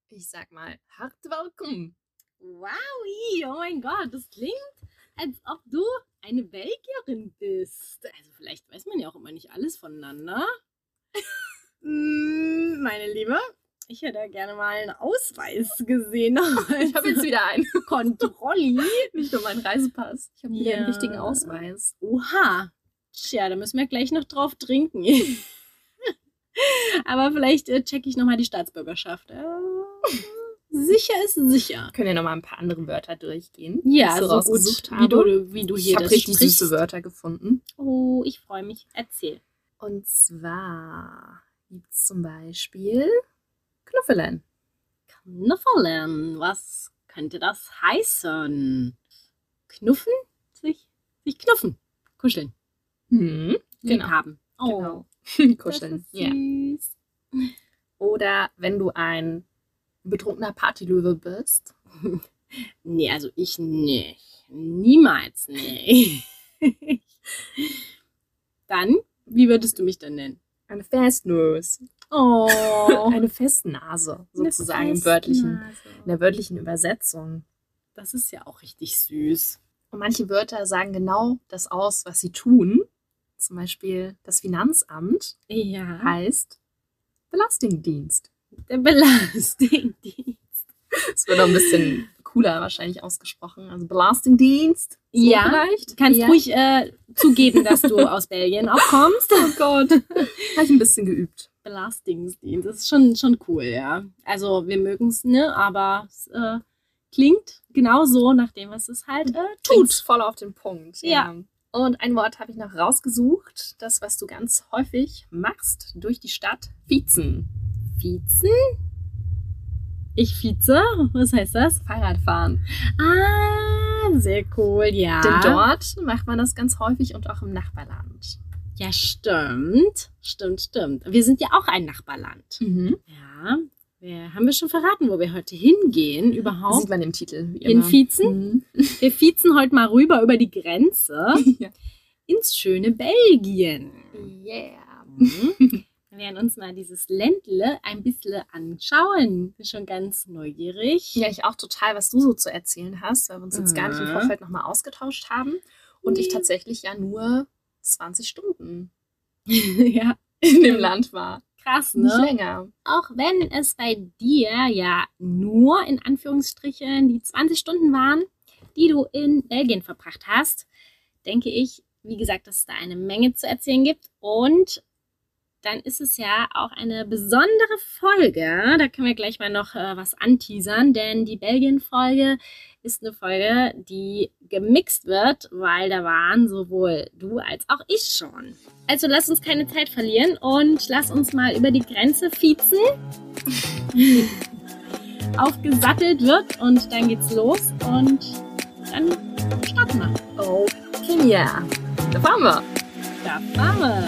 Ich sag mal, hart willkommen. Wowi, oh mein Gott, das klingt, als ob du eine Belgierin bist. Also vielleicht weiß man ja auch immer nicht alles voneinander. Meine Liebe, ich hätte gerne mal einen Ausweis gesehen. Ich habe jetzt wieder einen. Kontrolli. Nicht nur meinen Reisepass. Ich habe wieder einen richtigen Ausweis. Oha. Tja, da müssen wir gleich noch drauf trinken. Aber vielleicht checke ich nochmal die Staatsbürgerschaft. Sicher ist sicher. Können ja nochmal ein paar andere Wörter durchgehen. Ja, die ich so rausgesucht gut, habe. wie du Ich hier habe das richtig sprichst. süße Wörter gefunden. Oh, ich freue mich. Erzähl. Und zwar gibt es zum Beispiel Knuffelen. Knuffelen. Was könnte das heißen? Knuffen? Sich knuffen. Kuscheln. Genau. Liebhaben. Genau. Oh, Kuscheln. das ist süß. Oder wenn du ein betrunkener Partylöwe bist. Nee, also ich nicht. Niemals nicht. Dann, wie würdest du mich denn nennen? Eine Festnuss. Oh, Eine Festnase, sozusagen in der wörtlichen Übersetzung. Das ist ja auch richtig süß. Und manche Wörter sagen genau das aus, was sie tun. Zum Beispiel das Finanzamt Ja. heißt Belastingdienst. Der Belastingdienst. Das wird noch ein bisschen cooler wahrscheinlich ausgesprochen. Also Belastingdienst. So Ja, vielleicht. Du kannst Ja. ruhig zugeben, dass du aus Belgien auch kommst. Oh Gott. Habe ich ein bisschen geübt. Belastingdienst, das ist schon cool, ja. Also wir mögen es, ne, aber es klingt genau so nach dem, was es halt Tut tut. voll auf den Punkt. Ja. Und ein Wort habe ich noch rausgesucht. Das, was du ganz häufig machst durch die Stadt. Fiezen. Fiezen? Ich fieze? Was heißt das? Fahrradfahren. Ah, sehr cool, ja. Denn dort macht man das ganz häufig und auch im Nachbarland. Ja, stimmt. Stimmt. Wir sind ja auch ein Nachbarland. Ja, haben wir schon verraten, wo wir heute hingehen überhaupt? Sieht man im Titel. Wie In immer. Fiezen? Wir fiezen heute mal rüber über die Grenze Ja. ins schöne Belgien. Yeah. Wir werden uns mal dieses Ländle ein bisschen anschauen. Bin schon ganz neugierig. Ja, ich auch total, was du so zu erzählen hast, weil wir uns jetzt gar nicht im Vorfeld nochmal ausgetauscht haben. Und ich tatsächlich ja nur 20 Stunden Ja, in dem Land war. krass, Nicht ne? länger. Auch wenn es bei dir ja nur in Anführungsstrichen die 20 Stunden waren, die du in Belgien verbracht hast, denke ich, wie gesagt, dass es da eine Menge zu erzählen gibt. Und dann ist es ja auch eine besondere Folge. Da können wir gleich mal noch was anteasern, denn die Belgien-Folge ist eine Folge, die gemixt wird, weil da waren sowohl du als auch ich schon. Also lass uns keine Zeit verlieren und lass uns mal über die Grenze fiezen. Aufgesattelt wird und dann geht's los und dann starten wir. Okay, ja. Da fahren wir. Da fahren wir.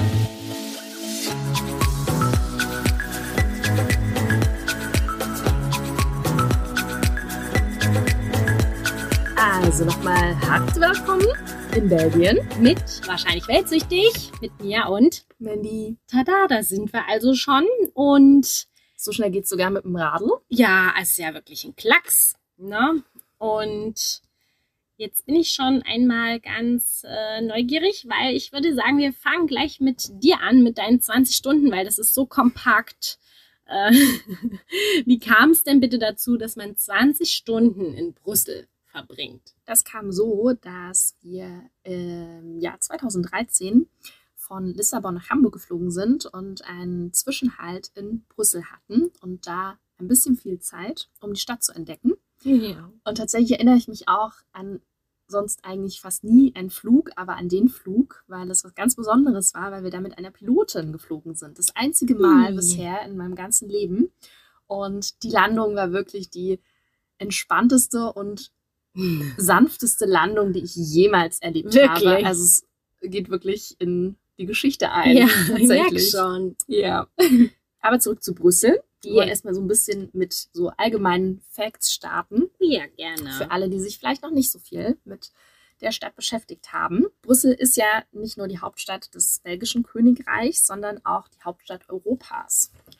Also nochmal herzlich willkommen in Belgien. Mit wahrscheinlich weltsüchtig, mit mir und Mandy. tada, da sind wir also schon. Und So schnell geht's sogar mit dem Radl. ja, es ist ja wirklich ein Klacks. Ne? Und jetzt bin ich schon einmal ganz neugierig, weil ich würde sagen, wir fangen gleich mit dir an, mit deinen 20 Stunden, weil das ist so kompakt. Wie kam es denn bitte dazu, dass man 20 Stunden in Brüssel verbringt? Das kam so, dass wir im Jahr 2013 von Lissabon nach Hamburg geflogen sind und einen Zwischenhalt in Brüssel hatten und da ein bisschen viel Zeit, um die Stadt zu entdecken. Ja. Und tatsächlich erinnere ich mich auch an sonst eigentlich fast nie einen Flug, aber an den Flug, weil es was ganz Besonderes war, weil wir da mit einer Pilotin geflogen sind. Das einzige Mal bisher in meinem ganzen Leben. Und die Landung war wirklich die entspannteste und sanfteste Landung, die ich jemals erlebt Wirklich? habe. Also es geht wirklich in die Geschichte ein. Ja, ich merke tatsächlich. schon. Ja. Aber zurück zu Brüssel. Wir Yeah. wollen erstmal so ein bisschen mit so allgemeinen Facts starten. Ja, gerne. Für alle, die sich vielleicht noch nicht so viel mit der Stadt beschäftigt haben. Brüssel ist ja nicht nur die Hauptstadt des belgischen Königreichs, sondern auch die Hauptstadt Europas.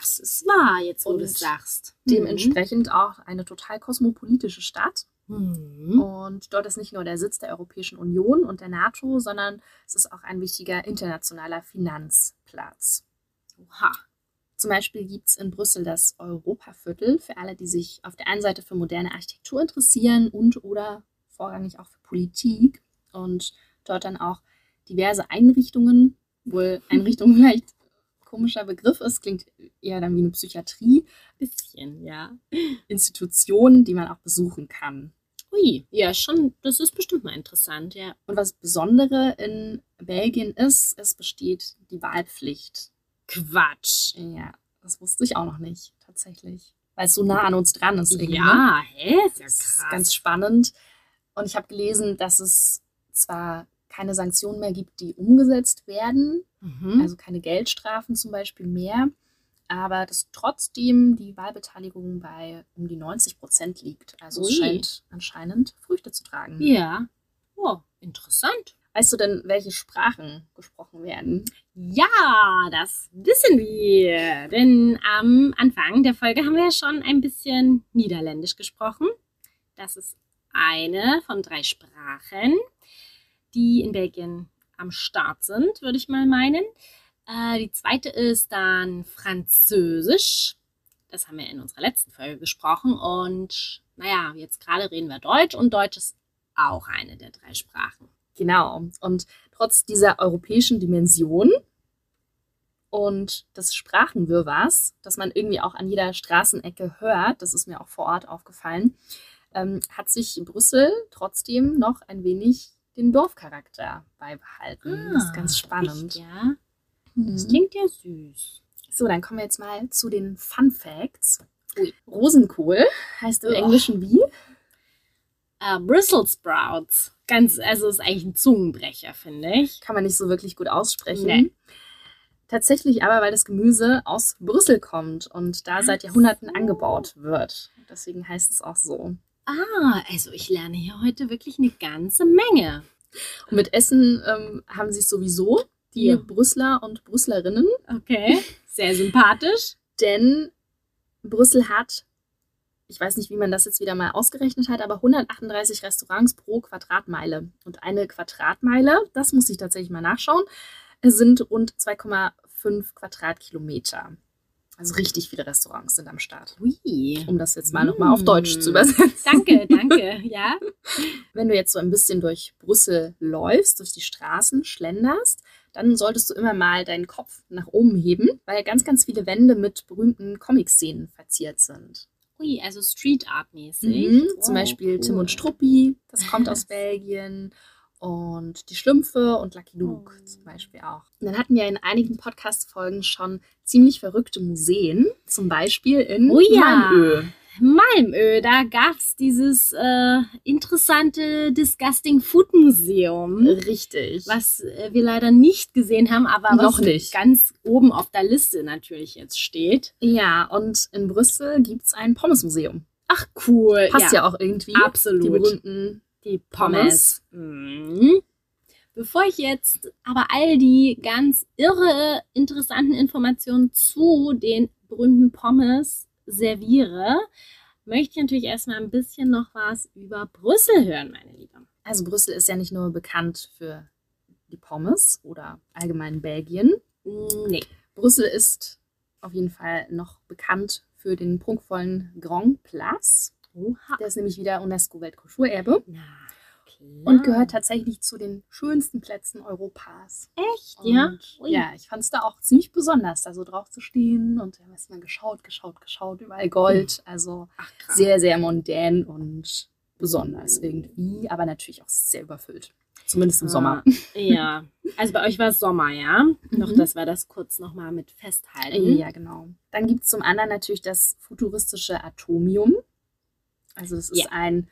Das ist wahr, jetzt wo du es Und sagst. Dementsprechend auch eine total kosmopolitische Stadt. Mhm. Und dort ist nicht nur der Sitz der Europäischen Union und der NATO, sondern es ist auch ein wichtiger internationaler Finanzplatz. Oha. Zum Beispiel gibt es in Brüssel das Europaviertel für alle, die sich auf der einen Seite für moderne Architektur interessieren und oder vorrangig auch für Politik. Und dort dann auch diverse Einrichtungen, wohl Einrichtungen vielleicht ein komischer Begriff ist, klingt eher dann wie eine Psychiatrie, Bisschen, ja. Institutionen, die man auch besuchen kann. Ui, ja, schon, das ist bestimmt mal interessant, ja. Und was Besondere in Belgien ist, es besteht die Wahlpflicht. Quatsch. Ja, das wusste ich auch noch nicht, tatsächlich. Weil es so nah an uns dran ist irgendwie. Ja, hä? Ist ja Das ist krass. ganz spannend. Und ich habe gelesen, dass es zwar keine Sanktionen mehr gibt, die umgesetzt werden, also keine Geldstrafen zum Beispiel mehr, aber dass trotzdem die Wahlbeteiligung bei um die 90% liegt. Also es Ui. scheint anscheinend Früchte zu tragen. Ja. Oh, interessant. Weißt du denn, welche Sprachen gesprochen werden? Ja, das wissen wir. Denn am Anfang der Folge haben wir ja schon ein bisschen Niederländisch gesprochen. Das ist eine von 3 Sprachen, die in Belgien am Start sind, würde ich mal meinen. Die zweite ist dann Französisch. Das haben wir in unserer letzten Folge gesprochen. Und naja, jetzt gerade reden wir Deutsch und Deutsch ist auch eine der 3 Sprachen. Genau. Und trotz dieser europäischen Dimension und des Sprachenwirrwarrs, das man irgendwie auch an jeder Straßenecke hört, das ist mir auch vor Ort aufgefallen, hat sich Brüssel trotzdem noch ein wenig den Dorfcharakter beibehalten. Das ist ganz spannend. Echt, ja, das Mhm. klingt ja süß. So, dann kommen wir jetzt mal zu den Fun Facts. Rosenkohl heißt im Ugh. Englischen wie? Brussels Sprouts. Also ist eigentlich ein Zungenbrecher, finde ich. Kann man nicht so wirklich gut aussprechen. Nee. Tatsächlich aber, weil das Gemüse aus Brüssel kommt und da seit Jahrhunderten so. angebaut wird. Deswegen heißt es auch so. Also ich lerne hier heute wirklich eine ganze Menge. Und mit Essen haben sie es sowieso, die Ja. Brüsseler und Brüsslerinnen. Okay, sehr sympathisch. Denn Brüssel hat, ich weiß nicht, wie man das jetzt wieder mal ausgerechnet hat, aber 138 Restaurants pro Quadratmeile. Und eine Quadratmeile, das muss ich tatsächlich mal nachschauen, sind rund 2,5 Quadratkilometer. Also richtig viele Restaurants sind am Start. Ui. Um das jetzt mal nochmal auf Deutsch zu übersetzen. Danke, ja. Wenn du jetzt so ein bisschen durch Brüssel läufst, durch die Straßen schlenderst, dann solltest du immer mal deinen Kopf nach oben heben, weil ganz, ganz viele Wände mit berühmten Comic-Szenen verziert sind. Ui, also Street Art mäßig. Zum Beispiel Tim cool. und Struppi, das kommt aus Belgien. Und die Schlümpfe und Lucky Luke zum Beispiel auch. Und dann hatten wir in einigen Podcast-Folgen schon ziemlich verrückte Museen, zum Beispiel in Oh ja. Malmö. Malmö, da gab es dieses interessante Disgusting Food Museum, Richtig. was wir leider nicht gesehen haben, aber Noch was nicht. ganz oben auf der Liste natürlich jetzt steht. Ja, und in Brüssel gibt es ein Pommesmuseum. Ach cool. Passt ja auch irgendwie. Absolut. Die berühmten Die Pommes. Mhm. Bevor ich jetzt aber all die ganz irre, interessanten Informationen zu den berühmten Pommes serviere, möchte ich natürlich erstmal ein bisschen noch was über Brüssel hören, meine Liebe. Also Brüssel ist ja nicht nur bekannt für die Pommes oder allgemein Belgien. Nee. Brüssel ist auf jeden Fall noch bekannt für den prunkvollen Grand Place. Oha. Der ist nämlich wieder UNESCO-Weltkulturerbe Na, klar. und gehört tatsächlich zu den schönsten Plätzen Europas. Echt, ja? Und Ui. ja, ich fand es da auch ziemlich besonders, da so drauf zu stehen und da ist man geschaut, überall Gold. Also Ach, krass. sehr, sehr mondän und besonders irgendwie, aber natürlich auch sehr überfüllt. Zumindest im Sommer. Ja, also bei euch war es Sommer, ja? Noch, dass wir das kurz nochmal mit festhalten. Ja, genau. Dann gibt es zum anderen natürlich das futuristische Atomium. Also das ist Ja. ein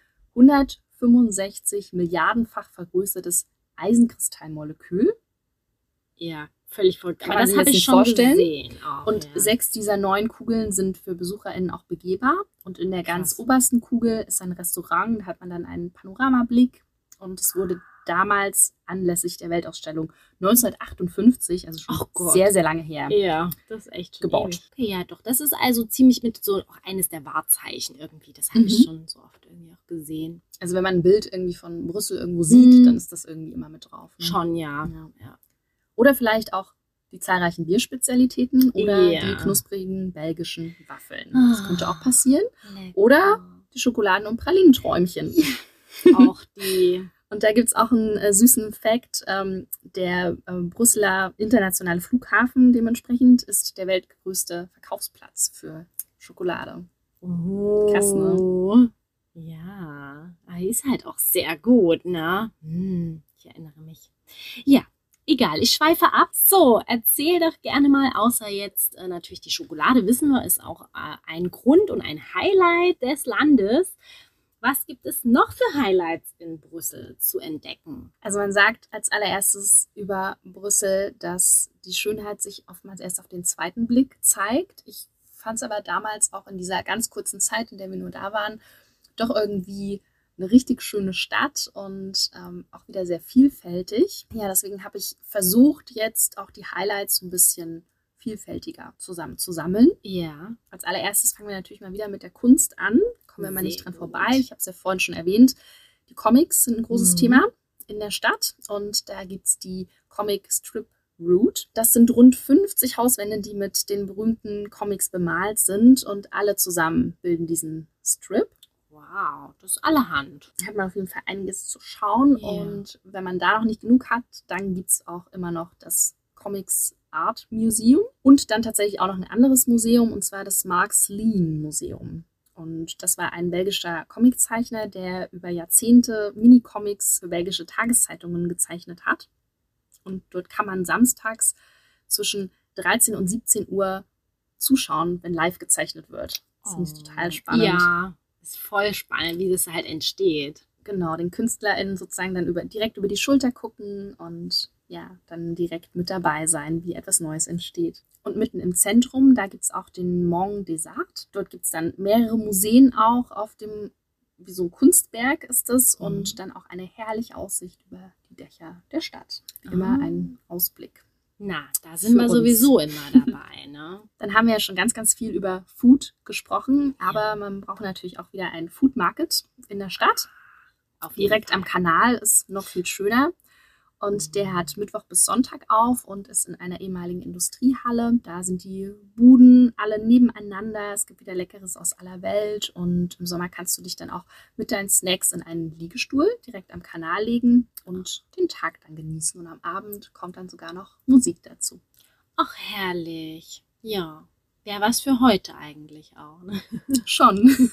165 Milliardenfach vergrößertes Eisenkristallmolekül. Ja, völlig verrückt. Kann Aber man das sich habe das ich nicht schon vorstellen? gesehen. Auch, Und ja. 6 dieser 9 Kugeln sind für BesucherInnen auch begehbar. Und in der ganz Krass. obersten Kugel ist ein Restaurant, da hat man dann einen Panoramablick. Und es wurde damals anlässlich der Weltausstellung 1958, also schon sehr, sehr lange her, ja, das ist echt schon gebaut. Okay, ja, doch. Das ist also ziemlich mit so auch eines der Wahrzeichen irgendwie. Das habe ich schon so oft irgendwie auch gesehen. Also wenn man ein Bild irgendwie von Brüssel irgendwo sieht, dann ist das irgendwie immer mit drauf. Ne? Schon, ja. Oder vielleicht auch die zahlreichen Bierspezialitäten oder die knusprigen belgischen Waffeln. Das könnte auch passieren. Lecker. Oder die Schokoladen- und Pralinenträumchen. Auch die. Und da gibt es auch einen süßen Fact. Der Brüsseler internationale Flughafen dementsprechend ist der weltgrößte Verkaufsplatz für Schokolade. Krass, ne? Ja, ist halt auch sehr gut, ne? Ich erinnere mich. Ja, egal, ich schweife ab. So, erzähl doch gerne mal, außer jetzt natürlich die Schokolade, wissen wir, ist auch ein Grund und ein Highlight des Landes. Was gibt es noch für Highlights in Brüssel zu entdecken? Also man sagt als allererstes über Brüssel, dass die Schönheit sich oftmals erst auf den zweiten Blick zeigt. Ich fand es aber damals auch in dieser ganz kurzen Zeit, in der wir nur da waren, doch irgendwie eine richtig schöne Stadt und auch wieder sehr vielfältig. Ja, deswegen habe ich versucht, jetzt auch die Highlights so ein bisschen vielfältiger zusammenzusammeln. Ja. Als allererstes fangen wir natürlich mal wieder mit der Kunst an. Kommen wir mal nicht dran vorbei. Ich habe es ja vorhin schon erwähnt. Die Comics sind ein großes Thema in der Stadt und da gibt es die Comic Strip Route. Das sind rund 50 Hauswände, die mit den berühmten Comics bemalt sind und alle zusammen bilden diesen Strip. Wow, das ist allerhand. Da hat man auf jeden Fall einiges zu schauen und wenn man da noch nicht genug hat, dann gibt es auch immer noch das Comics Art Museum und dann tatsächlich auch noch ein anderes Museum und zwar das Mark Sleen Museum. Und das war ein belgischer Comiczeichner, der über Jahrzehnte Mini-Comics für belgische Tageszeitungen gezeichnet hat. Und dort kann man samstags zwischen 13 und 17 Uhr zuschauen, wenn live gezeichnet wird. Das finde ich total spannend. Ja, ist voll spannend, wie das halt entsteht. Genau, den KünstlerInnen sozusagen dann direkt über die Schulter gucken und ja, dann direkt mit dabei sein, wie etwas Neues entsteht. Und mitten im Zentrum, da gibt es auch den Mont des Arts. Dort gibt es dann mehrere Museen auch auf dem, wie so ein Kunstberg ist das, und dann auch eine herrliche Aussicht über die Dächer der Stadt. Wie immer ein Ausblick. Na, da sind wir sowieso immer dabei, ne? Dann haben wir ja schon ganz, ganz viel über Food gesprochen, aber man braucht natürlich auch wieder einen Food Market in der Stadt. Direkt am Kanal ist noch viel schöner. Und der hat Mittwoch bis Sonntag auf und ist in einer ehemaligen Industriehalle. Da sind die Buden alle nebeneinander. Es gibt wieder Leckeres aus aller Welt. Und im Sommer kannst du dich dann auch mit deinen Snacks in einen Liegestuhl direkt am Kanal legen und den Tag dann genießen. Und am Abend kommt dann sogar noch Musik dazu. Ach, herrlich. Ja, wäre was für heute eigentlich auch. Ne? Schon.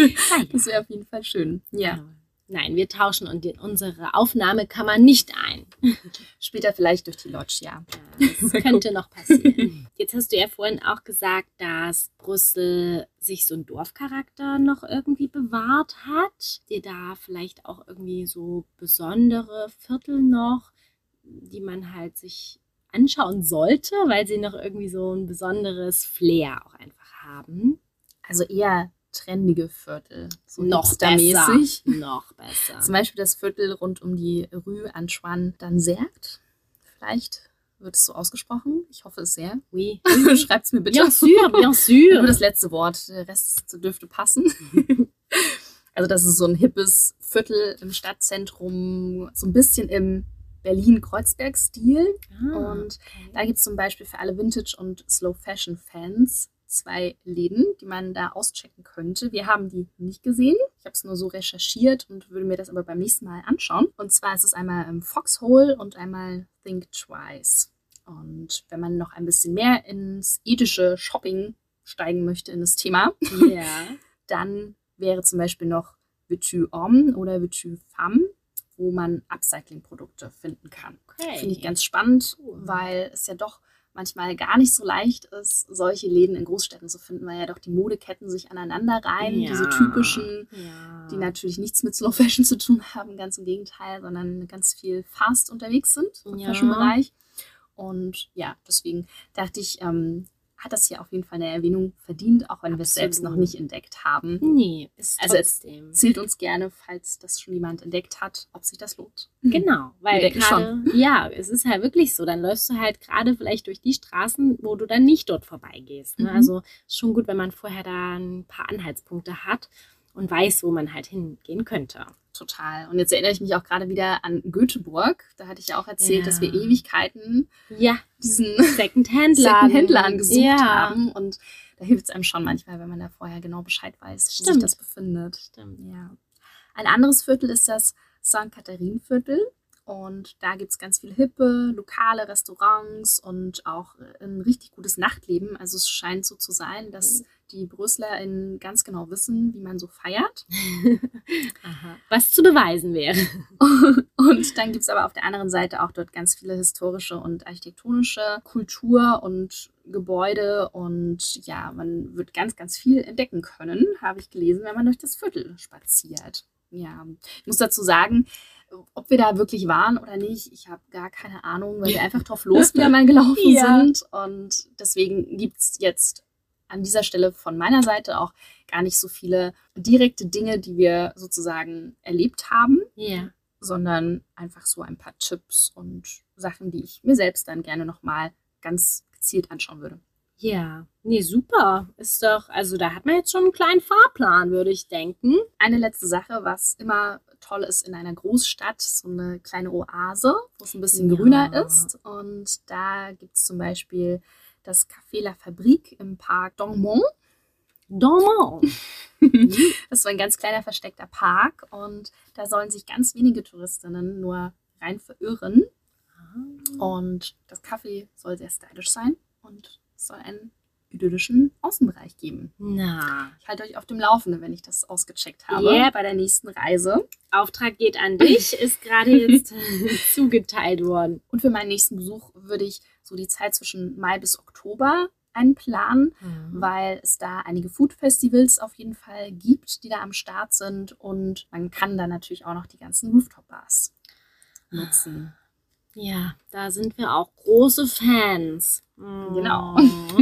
Das wäre auf jeden Fall schön. Ja. Nein, wir tauschen unsere Aufnahmekammer nicht ein. Später vielleicht durch die Loggia. Das könnte noch passieren. Jetzt hast du ja vorhin auch gesagt, dass Brüssel sich so einen Dorfcharakter noch irgendwie bewahrt hat. Dir da vielleicht auch irgendwie so besondere Viertel noch, die man halt sich anschauen sollte, weil sie noch irgendwie so ein besonderes Flair auch einfach haben. Also eher trendige Viertel. So noch besser. Noch besser. Zum Beispiel das Viertel rund um die Rue Antoine d'Anzert. Vielleicht wird es so ausgesprochen. Ich hoffe es sehr. Oui. Schreibt es mir bitte. Bien sûr, bien sûr. Nur das letzte Wort. Der Rest dürfte passen. Also das ist so ein hippes Viertel im Stadtzentrum. So ein bisschen im Berlin-Kreuzberg-Stil. Und da gibt es zum Beispiel für alle Vintage- und Slow-Fashion-Fans 2 Läden, die man da auschecken könnte. Wir haben die nicht gesehen. Ich habe es nur so recherchiert und würde mir das aber beim nächsten Mal anschauen. Und zwar ist es einmal im Foxhole und einmal Think Twice. Und wenn man noch ein bisschen mehr ins ethische Shopping steigen möchte, in das Thema, dann wäre zum Beispiel noch Vêtu Homme oder Vêtu Femme, wo man Upcycling-Produkte finden kann. Okay. Finde ich ganz spannend, weil es ja doch manchmal gar nicht so leicht ist, solche Läden in Großstädten zu finden, weil ja doch die Modeketten sich aneinander reihen, diese typischen, die natürlich nichts mit Slow Fashion zu tun haben, ganz im Gegenteil, sondern ganz viel fast unterwegs sind im Fashion-Bereich. Und ja, deswegen dachte ich, hat das hier auf jeden Fall eine Erwähnung verdient, auch wenn wir es selbst noch nicht entdeckt haben. Nee, ist Also trotzdem. erzählt uns gerne, falls das schon jemand entdeckt hat, ob sich das lohnt. Genau, Wir weil denken gerade, ja, es ist halt wirklich so, dann läufst du halt gerade vielleicht durch die Straßen, wo du dann nicht dort vorbeigehst. Ne? Mhm. Also ist schon gut, wenn man vorher da ein paar Anhaltspunkte hat und weiß, wo man halt hingehen könnte. Total. Und jetzt erinnere ich mich auch gerade wieder an Göteborg. Da hatte ich ja auch erzählt, Ja. dass wir Ewigkeiten Ja, diesen Secondhand-Laden. Secondhand-Laden gesucht Ja, haben. Und da hilft es einem schon manchmal, wenn man da vorher genau Bescheid weiß, wo sich Stimmt. das befindet. Stimmt. Ja. Ein anderes Viertel ist das St. Katharin-Viertel. Und da gibt es ganz viele hippe, lokale Restaurants und auch ein richtig gutes Nachtleben. Also es scheint so zu sein, dass die BrüsselerInnen ganz genau wissen, wie man so feiert. Aha. Was zu beweisen wäre. Und dann gibt es aber auf der anderen Seite auch dort ganz viele historische und architektonische Kultur und Gebäude. Und ja, man wird ganz, ganz viel entdecken können, habe ich gelesen, wenn man durch das Viertel spaziert. Ja, ich muss dazu sagen, ob wir da wirklich waren oder nicht, ich habe gar keine Ahnung, weil wir einfach drauf los wieder mal gelaufen Ja. sind. Und deswegen gibt es jetzt an dieser Stelle von meiner Seite auch gar nicht so viele direkte Dinge, die wir sozusagen erlebt haben, Ja. sondern einfach so ein paar Tipps und Sachen, die ich mir selbst dann gerne nochmal ganz gezielt anschauen würde. Ja. Nee, super. Ist doch, also da hat man jetzt schon einen kleinen Fahrplan, würde ich denken. Eine letzte Sache, was immer toll ist in einer Großstadt, so eine kleine Oase, wo es ein bisschen Ja. grüner ist. Und da gibt es zum Beispiel das Café La Fabrique im Park Dongmont. Dormant. Das ist so ein ganz kleiner versteckter Park und da sollen sich ganz wenige Touristinnen nur rein verirren. Und das Café soll sehr stylisch sein und es soll einen idyllischen Außenbereich geben. Na, Ich halte euch auf dem Laufenden, wenn ich das ausgecheckt habe Yep. bei der nächsten Reise. Auftrag geht an dich, ist gerade jetzt zugeteilt worden. Und für meinen nächsten Besuch würde ich so die Zeit zwischen Mai bis Oktober einplanen, weil es da einige Food-Festivals auf jeden Fall gibt, die da am Start sind und man kann da natürlich auch noch die ganzen Rooftop-Bars nutzen. Ja, da sind wir auch große Fans. Genau.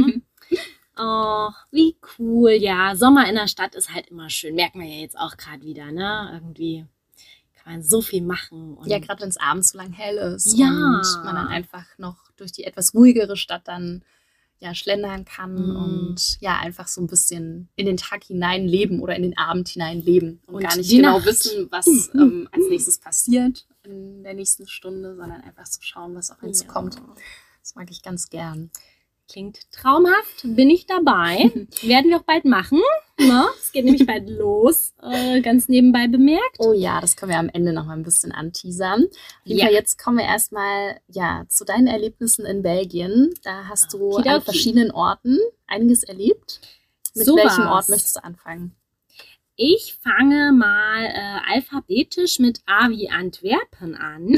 Oh, wie cool. Ja, Sommer in der Stadt ist halt immer schön. Merkt man ja jetzt auch gerade wieder, ne? Irgendwie kann man so viel machen. Und Ja, gerade wenn es abends so lang hell ist Ja. und man dann einfach noch durch die etwas ruhigere Stadt dann ja schlendern kann und ja einfach so ein bisschen in den Tag hinein leben oder in den Abend hinein leben und gar nicht die genau Nacht. wissen, was als nächstes passiert in der nächsten Stunde, sondern einfach so schauen, was auf uns Ja. kommt. Das mag ich ganz gern. Klingt traumhaft, bin ich dabei. Werden wir auch bald machen. Ne? Es geht nämlich bald los, ganz nebenbei bemerkt. Oh ja, das können wir am Ende noch mal ein bisschen anteasern. Auf jeden Ja. Fall, jetzt kommen wir erstmal ja, zu deinen Erlebnissen in Belgien. Da hast du Okidoki. an verschiedenen Orten einiges erlebt. Mit Sowas. welchem Ort möchtest du anfangen? Ich fange mal alphabetisch mit A wie Antwerpen an.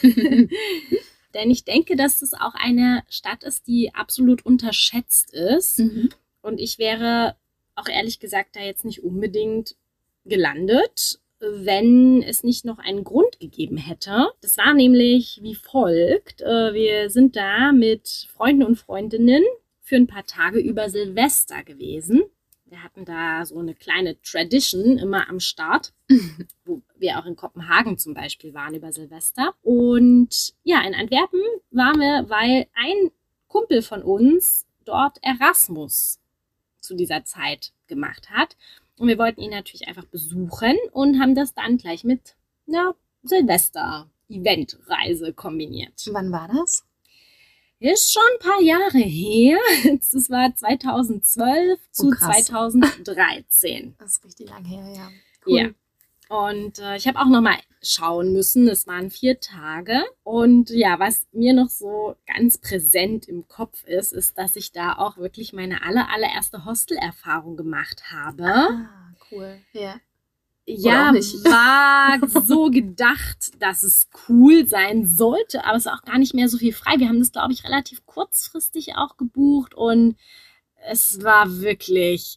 Denn ich denke, dass es auch eine Stadt ist, die absolut unterschätzt ist. Und ich wäre auch ehrlich gesagt da jetzt nicht unbedingt gelandet, wenn es nicht noch einen Grund gegeben hätte. Das war nämlich wie folgt. Wir sind da mit Freunden und Freundinnen für ein paar Tage über Silvester gewesen. Wir hatten da so eine kleine Tradition immer am Start, wo wir auch in Kopenhagen zum Beispiel waren über Silvester. Und ja, in Antwerpen waren wir, weil ein Kumpel von uns dort Erasmus zu dieser Zeit gemacht hat. Und wir wollten ihn natürlich einfach besuchen und haben das dann gleich mit einer Silvester-Eventreise kombiniert. Wann war das? Ist schon ein paar Jahre her. Das war 2012 zu krass. 2013. Das ist richtig lang her, ja. Ja. Und ich habe auch nochmal schauen müssen. Es waren 4 Tage. Und ja, was mir noch so ganz präsent im Kopf ist, ist, dass ich da auch wirklich meine allererste Hostel-Erfahrung gemacht habe. Ah, cool. Ja. Ja, auch nicht. war so gedacht, dass es cool sein sollte, aber es war auch gar nicht mehr so viel frei. Wir haben das, glaube ich, relativ kurzfristig auch gebucht und es war wirklich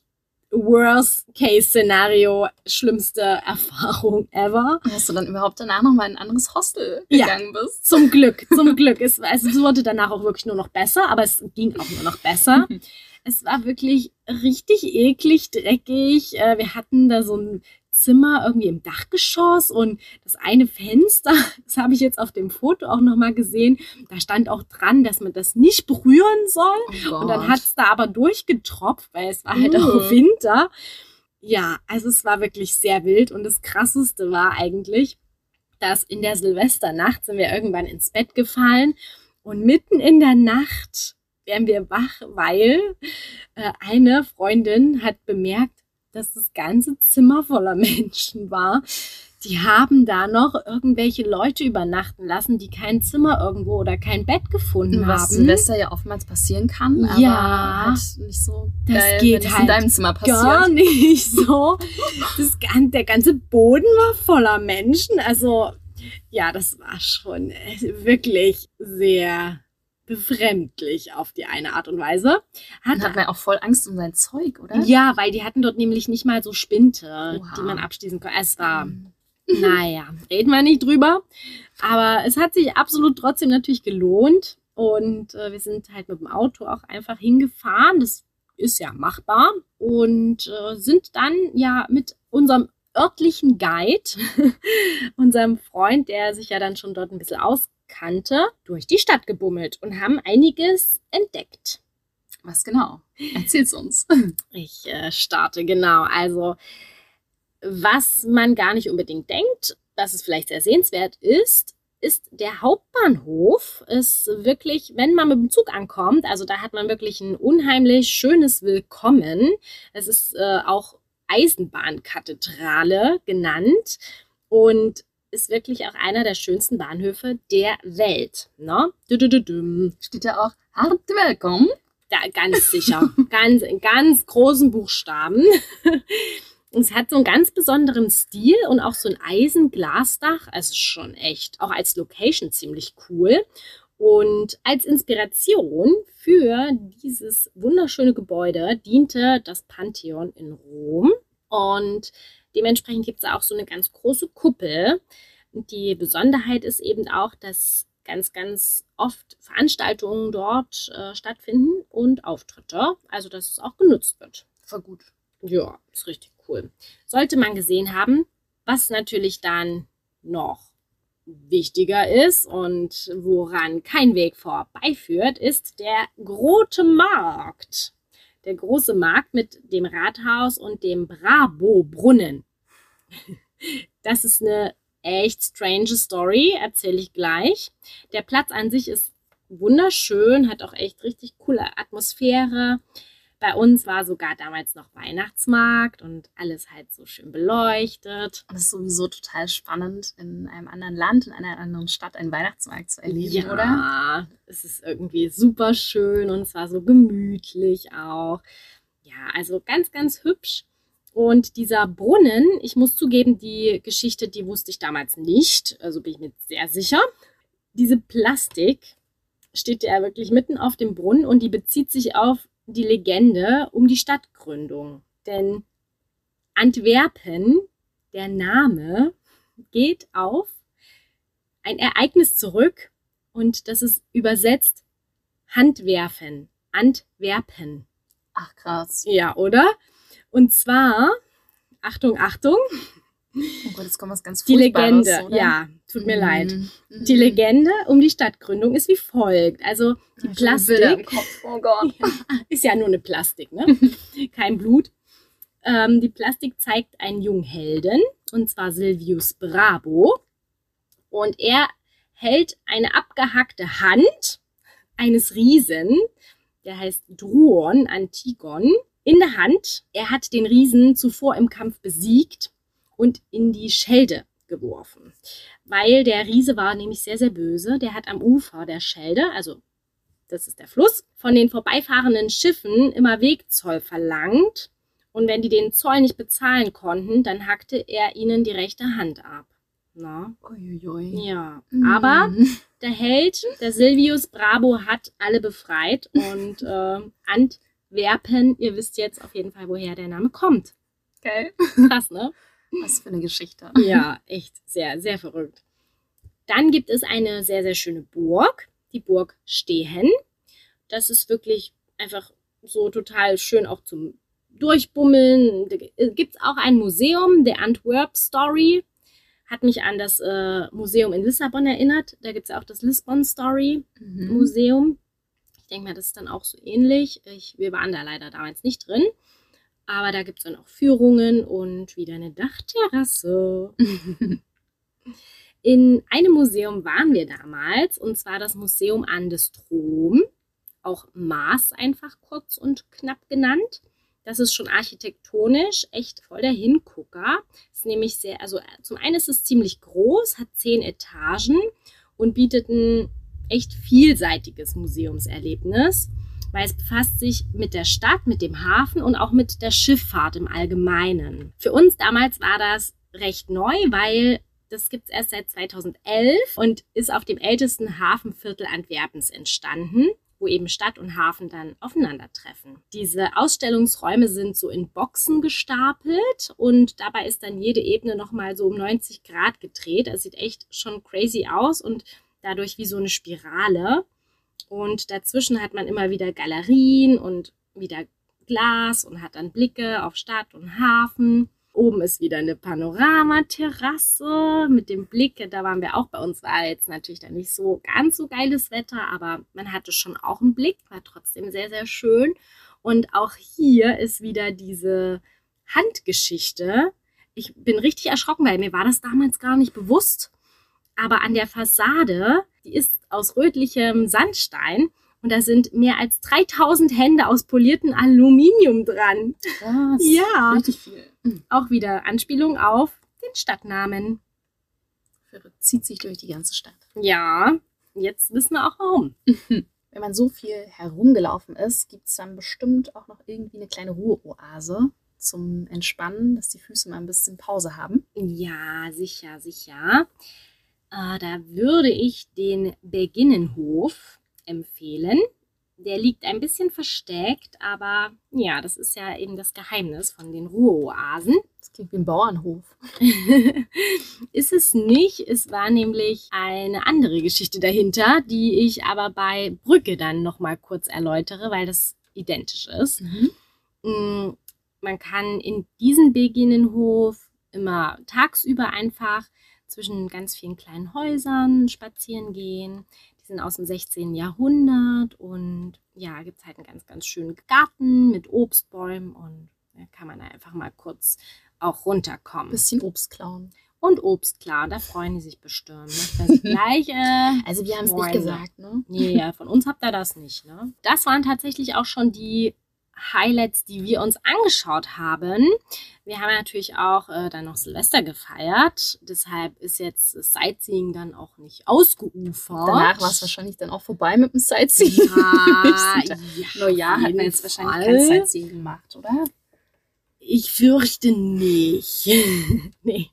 Worst-Case-Szenario, schlimmste Erfahrung ever. Hast du dann überhaupt danach nochmal in ein anderes Hostel Ja. gegangen bist? Zum Glück. Es wurde danach auch wirklich nur noch besser, aber es ging auch nur noch besser. Es war wirklich richtig eklig, dreckig. Wir hatten da so ein Zimmer irgendwie im Dachgeschoss und das eine Fenster, das habe ich jetzt auf dem Foto auch nochmal gesehen, da stand auch dran, dass man das nicht berühren soll. Oh Und dann Gott. hat es da aber durchgetropft, weil es war halt auch Winter. Ja, also es war wirklich sehr wild und das Krasseste war eigentlich, dass in der Silvesternacht sind wir irgendwann ins Bett gefallen und mitten in der Nacht werden wir wach, weil eine Freundin hat bemerkt, dass das ganze Zimmer voller Menschen war. Die haben da noch irgendwelche Leute übernachten lassen, die kein Zimmer irgendwo oder kein Bett gefunden Was haben. Silvester ja oftmals passieren kann, aber Ja. halt nicht so Das geil, geht wenn es halt in deinem Zimmer passiert. Gar nicht so. Der ganze Boden war voller Menschen. Also, ja, das war schon wirklich sehr befremdlich auf die eine Art und Weise. Dann hat man auch voll Angst um sein Zeug, oder? Ja, weil die hatten dort nämlich nicht mal so Spinte, Oha. die man abschließen konnte. Es war, Mhm. naja, reden wir nicht drüber. Aber es hat sich absolut trotzdem natürlich gelohnt. Und wir sind halt mit dem Auto auch einfach hingefahren. Das ist ja machbar. Und sind dann ja mit unserem örtlichen Guide, unserem Freund, der sich ja dann schon dort ein bisschen auskannte, durch die Stadt gebummelt und haben einiges entdeckt. Was genau? Erzähl's uns. Ich starte, genau. Also, was man gar nicht unbedingt denkt, dass es vielleicht sehr sehenswert ist der Hauptbahnhof. Ist wirklich, wenn man mit dem Zug ankommt, also da hat man wirklich ein unheimlich schönes Willkommen. Es ist auch Eisenbahnkathedrale genannt und ist wirklich auch einer der schönsten Bahnhöfe der Welt. Ne? Steht ja auch hart willkommen. Da, ganz sicher. In ganz großen Buchstaben. Und es hat so einen ganz besonderen Stil und auch so ein Eisenglasdach. Also schon echt, auch als Location ziemlich cool. Und als Inspiration für dieses wunderschöne Gebäude diente das Pantheon in Rom. Und dementsprechend gibt es auch so eine ganz große Kuppel. Und die Besonderheit ist eben auch, dass ganz, ganz oft Veranstaltungen dort stattfinden und Auftritte. Also, dass es auch genutzt wird. Voll gut. Ja, ist richtig cool. Sollte man gesehen haben, was natürlich dann noch wichtiger ist und woran kein Weg vorbeiführt, ist der Grote Markt. Der große Markt mit dem Rathaus und dem Brabo-Brunnen. Das ist eine echt strange Story, erzähle ich gleich. Der Platz an sich ist wunderschön, hat auch echt richtig coole Atmosphäre. Bei uns war sogar damals noch Weihnachtsmarkt und alles halt so schön beleuchtet. Das ist sowieso total spannend, in einem anderen Land, in einer anderen Stadt einen Weihnachtsmarkt zu erleben, oder? Ja, es ist irgendwie super schön und es war so gemütlich auch. Ja, also ganz, ganz hübsch. Und dieser Brunnen, ich muss zugeben, die Geschichte, die wusste ich damals nicht. Also bin ich mir sehr sicher. Diese Plastik steht ja wirklich mitten auf dem Brunnen und die bezieht sich auf die Legende um die Stadtgründung. Denn Antwerpen, der Name, geht auf ein Ereignis zurück und das ist übersetzt Handwerfen. Antwerpen. Ach, krass. Ja, oder? Und zwar, Achtung, Achtung, Oh Gott, jetzt kommt was ganz die Furchtbares, Legende, oder? ja, tut mir leid. Mhm. Die Legende um die Stadtgründung ist wie folgt. Also die Ich hab schon Bilder im Plastik Kopf. Oh Gott. ist ja nur eine Plastik, ne? Kein Blut. Die Plastik zeigt einen jungen Helden, und zwar Silvius Brabo. Und er hält eine abgehackte Hand eines Riesen, der heißt Druon Antigon, in der Hand. Er hat den Riesen zuvor im Kampf besiegt und in die Schelde geworfen. Weil der Riese war nämlich sehr, sehr böse. Der hat am Ufer der Schelde, also das ist der Fluss, von den vorbeifahrenden Schiffen immer Wegzoll verlangt. Und wenn die den Zoll nicht bezahlen konnten, dann hackte er ihnen die rechte Hand ab. Na? Uiuiui. Ja, aber der Held, der Silvius Brabo, hat alle befreit und Antwerpen, ihr wisst jetzt auf jeden Fall, woher der Name kommt. Geil. Krass, ne? Was für eine Geschichte. Ja, echt sehr, sehr verrückt. Dann gibt es eine sehr, sehr schöne Burg, die Burg Stehen. Das ist wirklich einfach so total schön auch zum Durchbummeln. Da gibt es auch ein Museum, der Antwerp Story. Hat mich an das Museum in Lissabon erinnert. Da gibt es auch das Lisbon Story Museum. Ich denke mal, das ist dann auch so ähnlich. Wir waren da leider damals nicht drin. Aber da gibt es dann auch Führungen und wieder eine Dachterrasse. In einem Museum waren wir damals, und zwar das Museum an de Stroom, auch Maas einfach kurz und knapp genannt. Das ist schon architektonisch echt voll der Hingucker. Ist nämlich sehr, also zum einen ist es ziemlich groß, hat 10 Etagen und bietet ein echt vielseitiges Museumserlebnis, weil es befasst sich mit der Stadt, mit dem Hafen und auch mit der Schifffahrt im Allgemeinen. Für uns damals war das recht neu, weil das gibt es erst seit 2011 und ist auf dem ältesten Hafenviertel Antwerpens entstanden, wo eben Stadt und Hafen dann aufeinandertreffen. Diese Ausstellungsräume sind so in Boxen gestapelt und dabei ist dann jede Ebene nochmal so um 90 Grad gedreht. Das sieht echt schon crazy aus und dadurch wie so eine Spirale. Und dazwischen hat man immer wieder Galerien und wieder Glas und hat dann Blicke auf Stadt und Hafen. Oben ist wieder eine Panoramaterrasse mit dem Blick. Da waren wir auch. Bei uns war jetzt natürlich dann nicht so ganz so geiles Wetter, aber man hatte schon auch einen Blick. War trotzdem sehr, sehr schön. Und auch hier ist wieder diese Handgeschichte. Ich bin richtig erschrocken, weil mir war das damals gar nicht bewusst. Aber an der Fassade, die ist aus rötlichem Sandstein. Und da sind mehr als 3000 Hände aus poliertem Aluminium dran. Krass. Ja. Richtig viel. Auch wieder Anspielung auf den Stadtnamen. Zieht sich durch die ganze Stadt. Ja, jetzt wissen wir auch warum. Wenn man so viel herumgelaufen ist, gibt es dann bestimmt auch noch irgendwie eine kleine Ruheoase zum Entspannen, dass die Füße mal ein bisschen Pause haben. Ja, sicher, sicher. Da würde ich den Beginnenhof empfehlen. Der liegt ein bisschen versteckt, aber ja, das ist ja eben das Geheimnis von den Ruheoasen. Das klingt wie ein Bauernhof. Ist es nicht. Es war nämlich eine andere Geschichte dahinter, die ich aber bei Brügge dann nochmal kurz erläutere, weil das identisch ist. Man kann in diesen Beginnenhof immer tagsüber einfach zwischen ganz vielen kleinen Häusern spazieren gehen. Die sind aus dem 16. Jahrhundert und ja, gibt es halt einen ganz, ganz schönen Garten mit Obstbäumen und da kann man einfach mal kurz auch runterkommen. Bisschen Obst klauen. Und Obst, klar, da freuen die sich bestimmt. Das gleiche. Also wir haben es nicht gesagt, ne? Nee, von uns habt ihr das nicht, ne? Das waren tatsächlich auch schon die Highlights, die wir uns angeschaut haben. Wir haben natürlich auch dann noch Silvester gefeiert. Deshalb ist jetzt das Sightseeing dann auch nicht ausgeufert. Danach war es wahrscheinlich dann auch vorbei mit dem Sightseeing. Ja, Neujahr hat man jetzt wahrscheinlich kein Sightseeing gemacht, oder? Ich fürchte nicht. Nee.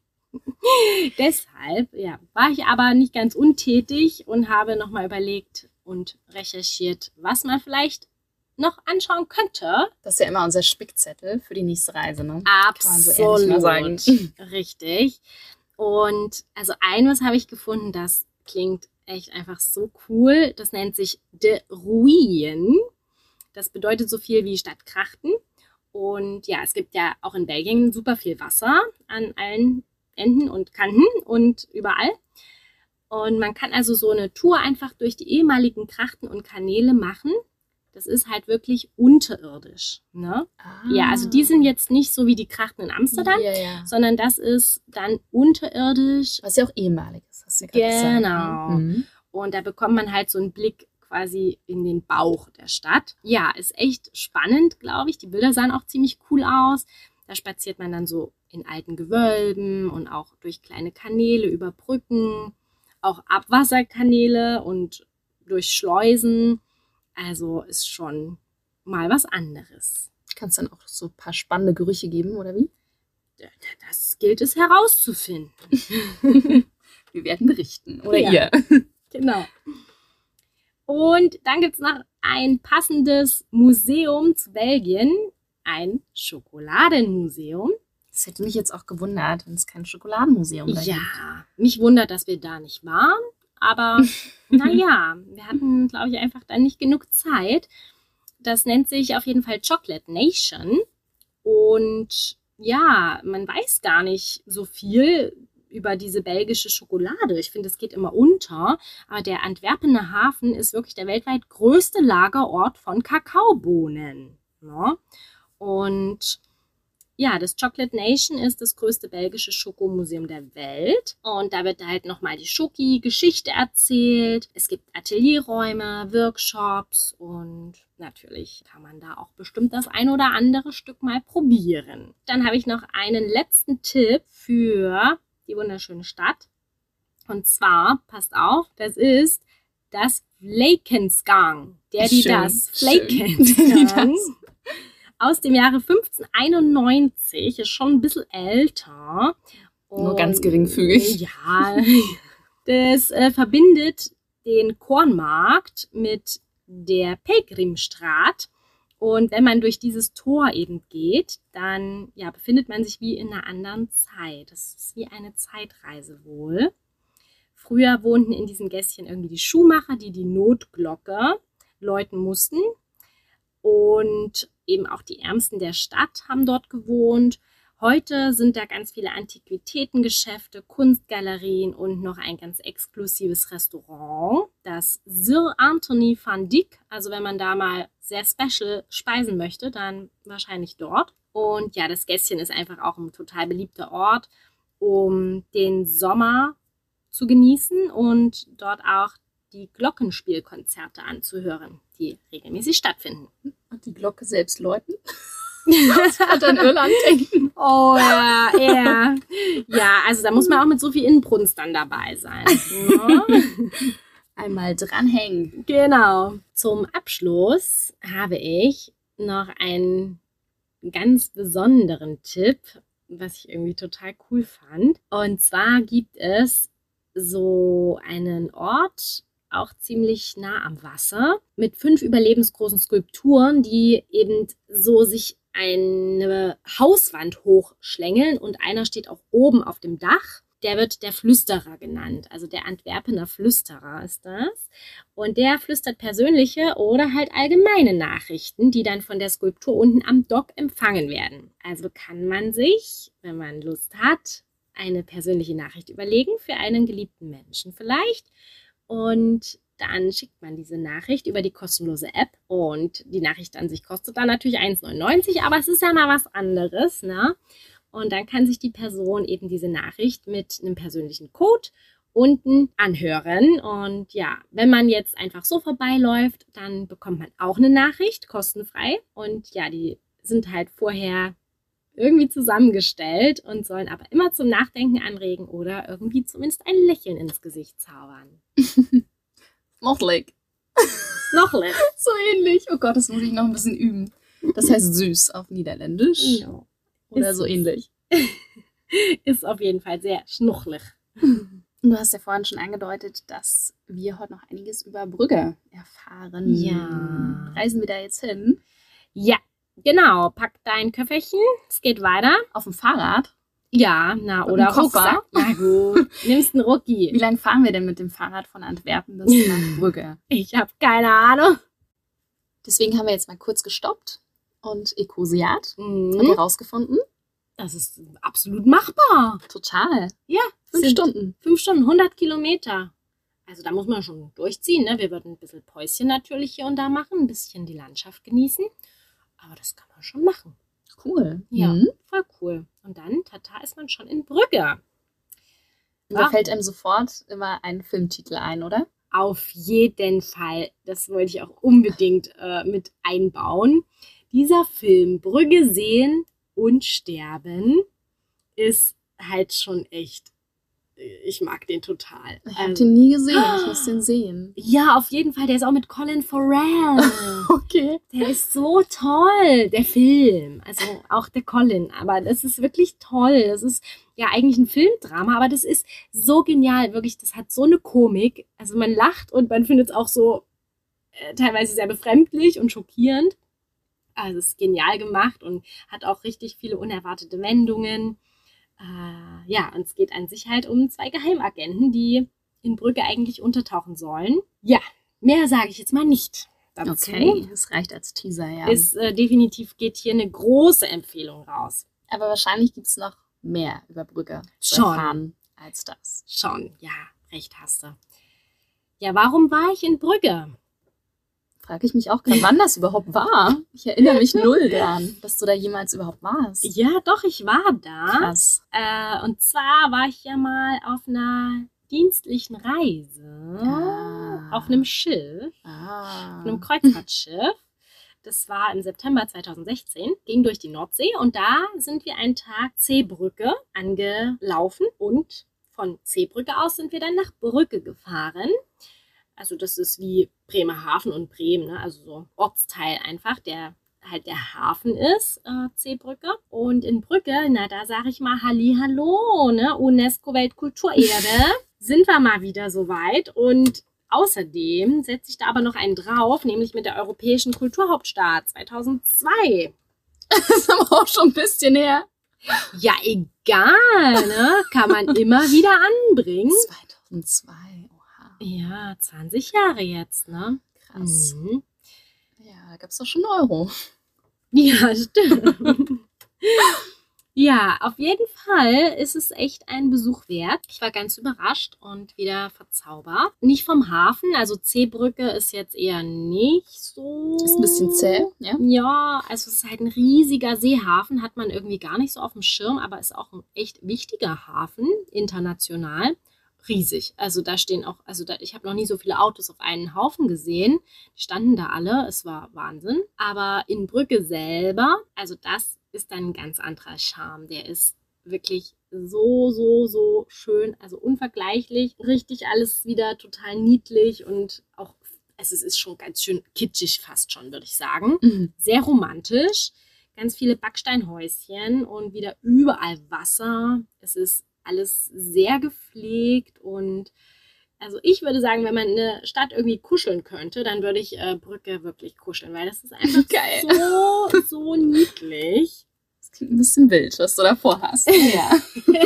Deshalb ja, war ich aber nicht ganz untätig und habe nochmal überlegt und recherchiert, was man vielleicht noch anschauen könnte. Das ist ja immer unser Spickzettel für die nächste Reise, ne? Absolut. Kann man so ehrlich mal sagen. Richtig. Und also was habe ich gefunden, das klingt echt einfach so cool. Das nennt sich De Ruyen. Das bedeutet so viel wie Stadt Krachten. Und ja, es gibt ja auch in Belgien super viel Wasser an allen Enden und Kanten und überall. Und man kann also so eine Tour einfach durch die ehemaligen Krachten und Kanäle machen. Das ist halt wirklich unterirdisch. Ne? Ja, also die sind jetzt nicht so wie die Krachten in Amsterdam, sondern das ist dann unterirdisch. Was ja auch ehemalig ist, hast du gerade gesagt. Genau. Mhm. Und da bekommt man halt so einen Blick quasi in den Bauch der Stadt. Ja, ist echt spannend, glaube ich. Die Bilder sahen auch ziemlich cool aus. Da spaziert man dann so in alten Gewölben und auch durch kleine Kanäle über Brücken, auch Abwasserkanäle und durch Schleusen. Also ist schon mal was anderes. Kannst dann auch so ein paar spannende Gerüche geben, oder wie? Das gilt es herauszufinden. Wir werden berichten, oder ihr. Genau. Und dann gibt es noch ein passendes Museum zu Belgien, ein Schokoladenmuseum. Das hätte mich jetzt auch gewundert, wenn es kein Schokoladenmuseum gibt. Ja, mich wundert, dass wir da nicht waren. Aber naja, wir hatten, glaube ich, einfach dann nicht genug Zeit. Das nennt sich auf jeden Fall Chocolate Nation. Und ja, man weiß gar nicht so viel über diese belgische Schokolade. Ich finde, es geht immer unter. Aber der Antwerpener Hafen ist wirklich der weltweit größte Lagerort von Kakaobohnen. Ja? Und ja, das Chocolate Nation ist das größte belgische Schokomuseum der Welt. Und da wird halt nochmal die Schoki-Geschichte erzählt. Es gibt Atelierräume, Workshops und natürlich kann man da auch bestimmt das ein oder andere Stück mal probieren. Dann habe ich noch einen letzten Tipp für die wunderschöne Stadt. Und zwar, passt auf, das ist das Vlakensgang. Das Vlakensgang. Aus dem Jahre 1591, ist schon ein bisschen älter. Nur ganz geringfügig. Ja, das verbindet den Kornmarkt mit der Pelgrimstraat. Und wenn man durch dieses Tor eben geht, dann ja, befindet man sich wie in einer anderen Zeit. Das ist wie eine Zeitreise wohl. Früher wohnten in diesem Gässchen irgendwie die Schuhmacher, die die Notglocke läuten mussten. Und eben auch die Ärmsten der Stadt haben dort gewohnt. Heute sind da ganz viele Antiquitätengeschäfte, Kunstgalerien und noch ein ganz exklusives Restaurant, das Sir Anthony van Dyck. Also wenn man da mal sehr special speisen möchte, dann wahrscheinlich dort. Und ja, das Gässchen ist einfach auch ein total beliebter Ort, um den Sommer zu genießen und dort auch die Glockenspielkonzerte anzuhören, die regelmäßig stattfinden. Und die Glocke selbst läuten? Das hat an Irland denken. Oh ja, ja. Ja, also da muss man auch mit so viel Inbrunst dann dabei sein. Ja. Einmal dranhängen. Genau. Zum Abschluss habe ich noch einen ganz besonderen Tipp, was ich irgendwie total cool fand. Und zwar gibt es so einen Ort, auch ziemlich nah am Wasser, mit 5 überlebensgroßen Skulpturen, die eben so sich eine Hauswand hochschlängeln und einer steht auch oben auf dem Dach. Der wird der Flüsterer genannt, also der Antwerpener Flüsterer ist das. Und der flüstert persönliche oder halt allgemeine Nachrichten, die dann von der Skulptur unten am Dock empfangen werden. Also kann man sich, wenn man Lust hat, eine persönliche Nachricht überlegen für einen geliebten Menschen vielleicht. Und dann schickt man diese Nachricht über die kostenlose App und die Nachricht an sich kostet dann natürlich 1,99, aber es ist ja mal was anderes, ne? Und dann kann sich die Person eben diese Nachricht mit einem persönlichen Code unten anhören. Und ja, wenn man jetzt einfach so vorbeiläuft, dann bekommt man auch eine Nachricht, kostenfrei. Und ja, die sind halt vorher irgendwie zusammengestellt und sollen aber immer zum Nachdenken anregen oder irgendwie zumindest ein Lächeln ins Gesicht zaubern. Snochelig. Snochelig. So ähnlich. Oh Gott, das muss ich noch ein bisschen üben. Das heißt süß auf Niederländisch. No. Oder so ähnlich. Ist auf jeden Fall sehr schnuchlig. Du hast ja vorhin schon angedeutet, dass wir heute noch einiges über Brügge erfahren. Ja. Reisen wir da jetzt hin? Ja, genau. Pack dein Köfferchen. Es geht weiter. Auf dem Fahrrad? Ja, na, oder Rucksack. Ja gut, nimmst einen Rucki. Wie lange fahren wir denn mit dem Fahrrad von Antwerpen bis nach Brügge? Ich habe keine Ahnung. Deswegen haben wir jetzt mal kurz gestoppt und Ecosiat und Mhm. herausgefunden. Das ist absolut machbar. Total. Ja, 5 sind Stunden. 5 Stunden, 100 Kilometer. Also da muss man schon durchziehen. Ne? Wir würden ein bisschen Päuschen natürlich hier und da machen, ein bisschen die Landschaft genießen. Aber das kann man schon machen. Cool. Ja, Mhm. voll cool. Und dann, tata, ist man schon in Brügge. Und da fällt einem sofort immer ein Filmtitel ein, oder? Auf jeden Fall. Das wollte ich auch unbedingt mit einbauen. Dieser Film Brügge sehen und sterben ist halt schon echt. Ich mag den total. Ich habe den nie gesehen. Ich muss den sehen. Ja, auf jeden Fall. Der ist auch mit Colin Farrell. Okay. Der ist so toll, der Film. Also auch der Colin. Aber das ist wirklich toll. Das ist ja eigentlich ein Filmdrama, aber das ist so genial. Wirklich, das hat so eine Komik. Also man lacht und man findet es auch so teilweise sehr befremdlich und schockierend. Also es ist genial gemacht und hat auch richtig viele unerwartete Wendungen. Ja, und es geht an sich halt um 2 Geheimagenten, die in Brügge eigentlich untertauchen sollen. Ja, mehr sage ich jetzt mal nicht. dazu. Okay, das reicht als Teaser, ja. Definitiv geht hier eine große Empfehlung raus. Aber wahrscheinlich gibt es noch mehr über Brügge zu Schon. erfahren als das. Schon, ja, recht hast du. Ja, warum war ich in Brügge? Frage ich mich auch gerade, wann das überhaupt war. Ich erinnere mich null dran, dass du da jemals überhaupt warst. Ja, doch, ich war da. Krass. Und zwar war ich ja mal auf einer dienstlichen Reise auf einem Schiff, auf einem Kreuzfahrtschiff. Das war im September 2016, ging durch die Nordsee und da sind wir einen Tag Zeebrücke angelaufen und von Zeebrücke aus sind wir dann nach Brügge gefahren. Also das ist wie Bremerhaven und Bremen, ne? Also so ein Ortsteil einfach, der halt der Hafen ist, Zeebrücke. Und in Brügge, na da sage ich mal Hallihallo, ne? UNESCO-Weltkulturerbe, sind wir mal wieder soweit. Und außerdem setze ich da aber noch einen drauf, nämlich mit der Europäischen Kulturhauptstadt 2002. Das ist aber auch schon ein bisschen her. Ja, egal, ne? Kann man immer wieder anbringen. 2002, oha. Ja, 20 Jahre jetzt, ne? Krass. Mhm. Ja, da gab es doch schon Euro. Ja, stimmt. Ja, auf jeden Fall ist es echt ein Besuch wert. Ich war ganz überrascht und wieder verzaubert. Nicht vom Hafen, also Zeebrücke ist jetzt eher nicht so. Ist ein bisschen zäh, ja? Ja, also es ist halt ein riesiger Seehafen, hat man irgendwie gar nicht so auf dem Schirm, aber ist auch ein echt wichtiger Hafen, international. Riesig. Also da stehen auch, ich habe noch nie so viele Autos auf einen Haufen gesehen. Die standen da alle, es war Wahnsinn. Aber in Brügge selber, also das ist dann ein ganz anderer Charme. Der ist wirklich so schön, also unvergleichlich. Richtig alles wieder total niedlich und auch, es ist schon ganz schön kitschig fast schon, würde ich sagen. Mhm. Sehr romantisch. Ganz viele Backsteinhäuschen und wieder überall Wasser. Es ist alles sehr gepflegt und also ich würde sagen, wenn man in der Stadt irgendwie kuscheln könnte, dann würde ich Brügge wirklich kuscheln, weil das ist einfach geil. so niedlich. Das klingt ein bisschen wild, was du davor hast. Ja.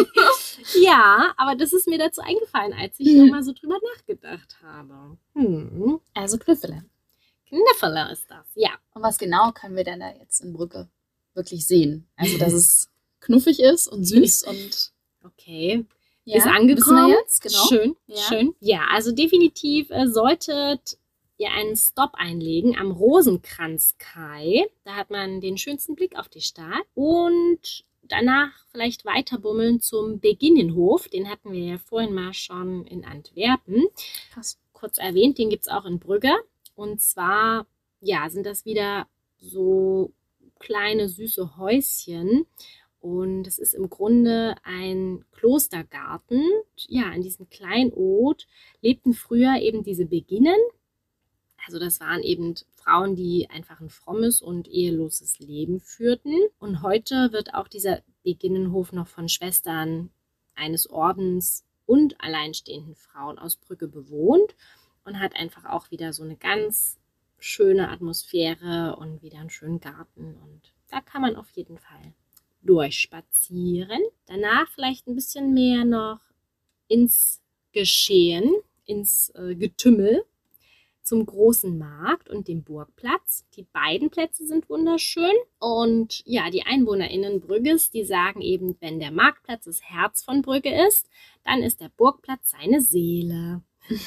Ja, aber das ist mir dazu eingefallen, als ich nochmal so drüber nachgedacht habe. Also Knüffele. Knüffele ist das, ja. Und was genau können wir denn da jetzt in Brügge wirklich sehen? Also, dass es knuffig ist und süß und... Okay, Ja, ist angekommen. wissen wir jetzt, genau. Schön, Ja. schön. Ja, also definitiv solltet ihr einen Stop einlegen am Rosenkranzkai. Da hat man den schönsten Blick auf die Stadt. Und danach vielleicht weiter bummeln zum Beginnenhof. Den hatten wir ja vorhin mal schon in Antwerpen. Krass. Kurz erwähnt, den gibt es auch in Brügge. Und zwar, ja, sind das wieder so kleine, süße Häuschen. Und es ist im Grunde ein Klostergarten. Ja, in diesem Kleinod lebten früher eben diese Beginnen. Also das waren eben Frauen, die einfach ein frommes und eheloses Leben führten. Und heute wird auch dieser Beginnenhof noch von Schwestern eines Ordens und alleinstehenden Frauen aus Brügge bewohnt und hat einfach auch wieder so eine ganz schöne Atmosphäre und wieder einen schönen Garten. Und da kann man auf jeden Fall durchspazieren. Danach vielleicht ein bisschen mehr noch ins Geschehen, ins Getümmel zum großen Markt und dem Burgplatz. Die beiden Plätze sind wunderschön. Und ja, die EinwohnerInnen Brügges, die sagen eben, wenn der Marktplatz das Herz von Brügge ist, dann ist der Burgplatz seine Seele.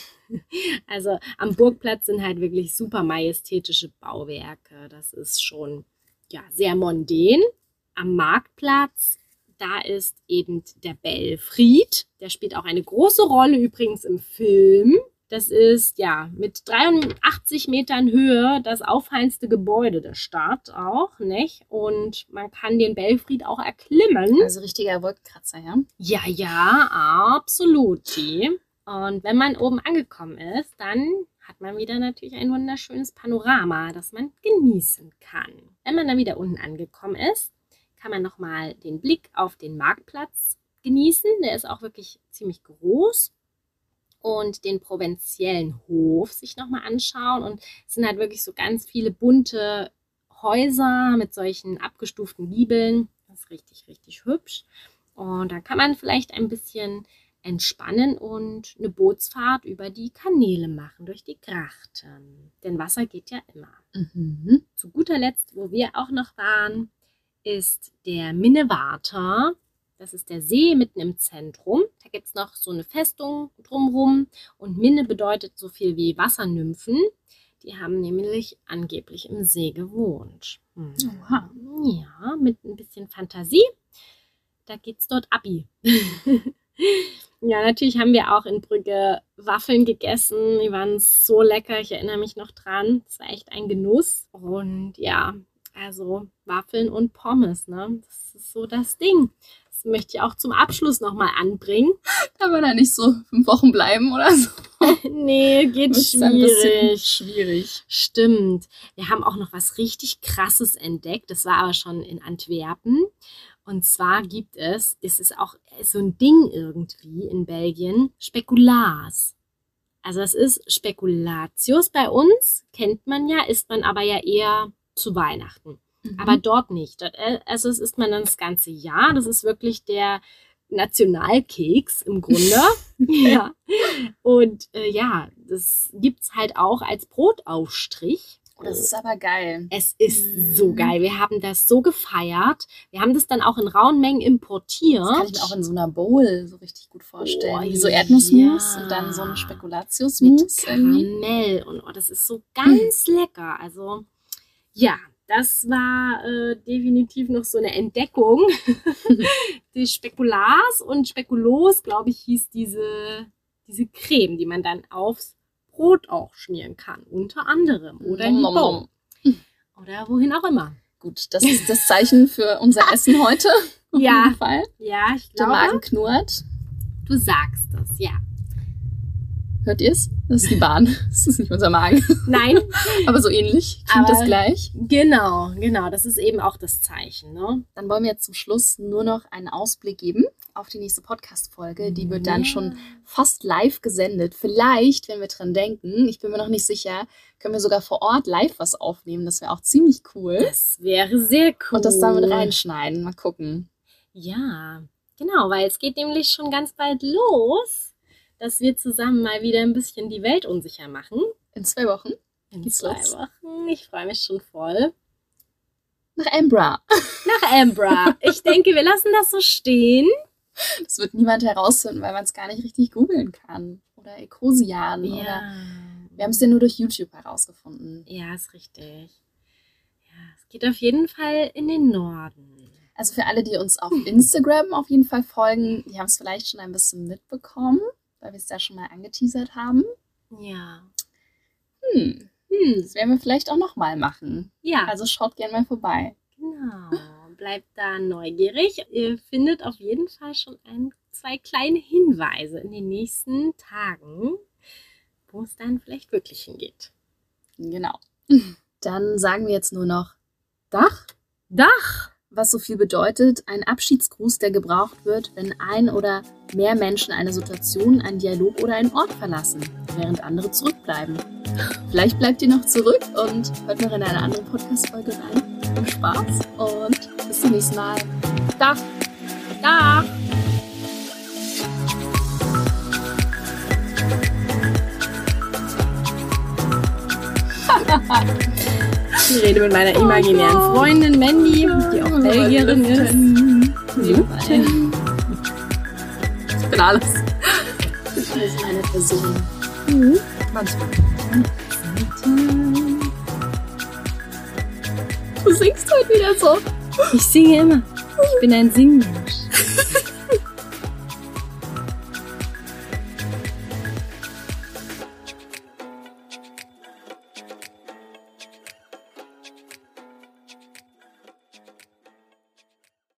Also am Burgplatz sind halt wirklich super majestätische Bauwerke. Das ist schon ja, sehr mondän. Am Marktplatz, da ist eben der Belfried. Der spielt auch eine große Rolle übrigens im Film. Das ist ja mit 83 Metern Höhe das auffallendste Gebäude der Stadt auch, nicht? Und man kann den Belfried auch erklimmen. Also richtiger Wolkenkratzer, ja? Ja, absolut. Und wenn man oben angekommen ist, dann hat man wieder natürlich ein wunderschönes Panorama, das man genießen kann. Wenn man dann wieder unten angekommen ist, kann man nochmal den Blick auf den Marktplatz genießen. Der ist auch wirklich ziemlich groß. Und den provinziellen Hof sich nochmal anschauen. Und es sind halt wirklich so ganz viele bunte Häuser mit solchen abgestuften Giebeln. Das ist richtig, richtig hübsch. Und da kann man vielleicht ein bisschen entspannen und eine Bootsfahrt über die Kanäle machen, durch die Grachten. Denn Wasser geht ja immer. Mhm. Zu guter Letzt, wo wir auch noch waren, ist der Minnewater. Das ist der See mitten im Zentrum. Da gibt es noch so eine Festung drumherum. Und Minne bedeutet so viel wie Wassernymphen. Die haben nämlich angeblich im See gewohnt. Oha. Ja, mit ein bisschen Fantasie. Da geht's dort abi. Ja, natürlich haben wir auch in Brügge Waffeln gegessen. Die waren so lecker. Ich erinnere mich noch dran. Das war echt ein Genuss. Und ja, also Waffeln und Pommes, ne? Das ist so das Ding. Das möchte ich auch zum Abschluss nochmal anbringen. Kann man da nicht so 5 Wochen bleiben oder so? Nee, geht Das ist ein bisschen schwierig. schwierig. Stimmt. Wir haben auch noch was richtig Krasses entdeckt. Das war aber schon in Antwerpen. Und zwar gibt es ist auch so ein Ding irgendwie in Belgien, Spekulars. Also das ist Spekulatius bei uns, kennt man ja, isst man aber ja eher zu Weihnachten. Aber dort nicht. Also es isst man dann das ganze Jahr. Das ist wirklich der Nationalkeks im Grunde. Ja. Und ja, das gibt es halt auch als Brotaufstrich. Oh, das ist aber geil. Es ist so geil. Wir haben das so gefeiert. Wir haben das dann auch in rauen Mengen importiert. Das kann ich mir auch in so einer Bowl so richtig gut vorstellen. Oh, wie so Erdnussmus ja. und dann so ein Mit Spekulatius-Mousse irgendwie. Karamell. Und das ist so ganz lecker. Also ja, das war definitiv noch so eine Entdeckung. Die Spekulars und Spekulos, glaube ich, hieß diese Creme, die man dann aufs Brot auch schmieren kann, unter anderem. Oder in die Nom, nom, Bowl. Oder wohin auch immer. Gut, das ist das Zeichen für unser Essen heute. Auf Ja. jeden Fall. Ja, ich Der glaube, Magen knurrt. du sagst das, ja. Hört ihr es? Das ist die Bahn. Das ist nicht unser Magen. Nein, Aber so ähnlich. Klingt Aber- das gleich. genau, das ist eben auch das Zeichen, ne? Dann wollen wir jetzt zum Schluss nur noch einen Ausblick geben auf die nächste Podcast-Folge. Die wird dann schon fast live gesendet. Vielleicht, wenn wir dran denken, ich bin mir noch nicht sicher, können wir sogar vor Ort live was aufnehmen. Das wäre auch ziemlich cool. Das wäre sehr cool. Und das damit reinschneiden. Mal gucken. Ja, genau, weil es geht nämlich schon ganz bald los, dass wir zusammen mal wieder ein bisschen die Welt unsicher machen. In 2 Wochen In geht's 2 los. Wochen. Ich freue mich schon voll. Nach Ambra. Nach Ambra. Ich denke, wir lassen das so stehen. Das wird niemand herausfinden, weil man es gar nicht richtig googeln kann. Oder Ecosian. Oder wir haben es ja nur durch YouTube herausgefunden. Ja, ist richtig. Ja, es geht auf jeden Fall in den Norden. Also für alle, die uns auf Instagram auf jeden Fall folgen, die haben es vielleicht schon ein bisschen mitbekommen, weil wir es da schon mal angeteasert haben. Ja. Das werden wir vielleicht auch nochmal machen. Ja, Also schaut gerne mal vorbei. genau. Bleibt da neugierig. Ihr findet auf jeden Fall schon 2 kleine Hinweise in den nächsten Tagen, wo es dann vielleicht wirklich hingeht. Genau. Dann sagen wir jetzt nur noch Dach, Dach! was so viel bedeutet, ein Abschiedsgruß, der gebraucht wird, wenn ein oder mehr Menschen eine Situation, einen Dialog oder einen Ort verlassen, während andere zurückbleiben. Vielleicht bleibt ihr noch zurück und hört noch in eine andere Podcast-Folge rein. Viel Spaß und bis zum nächsten Mal. Dach! Dach! Ich rede mit meiner imaginären Freundin Mandy, die auch Belgierin ist. Nebenbei. Ich bin alles. Ich bin eine Person. Manchmal. Du singst heute wieder so. Ich singe immer. Ich bin ein Singmensch.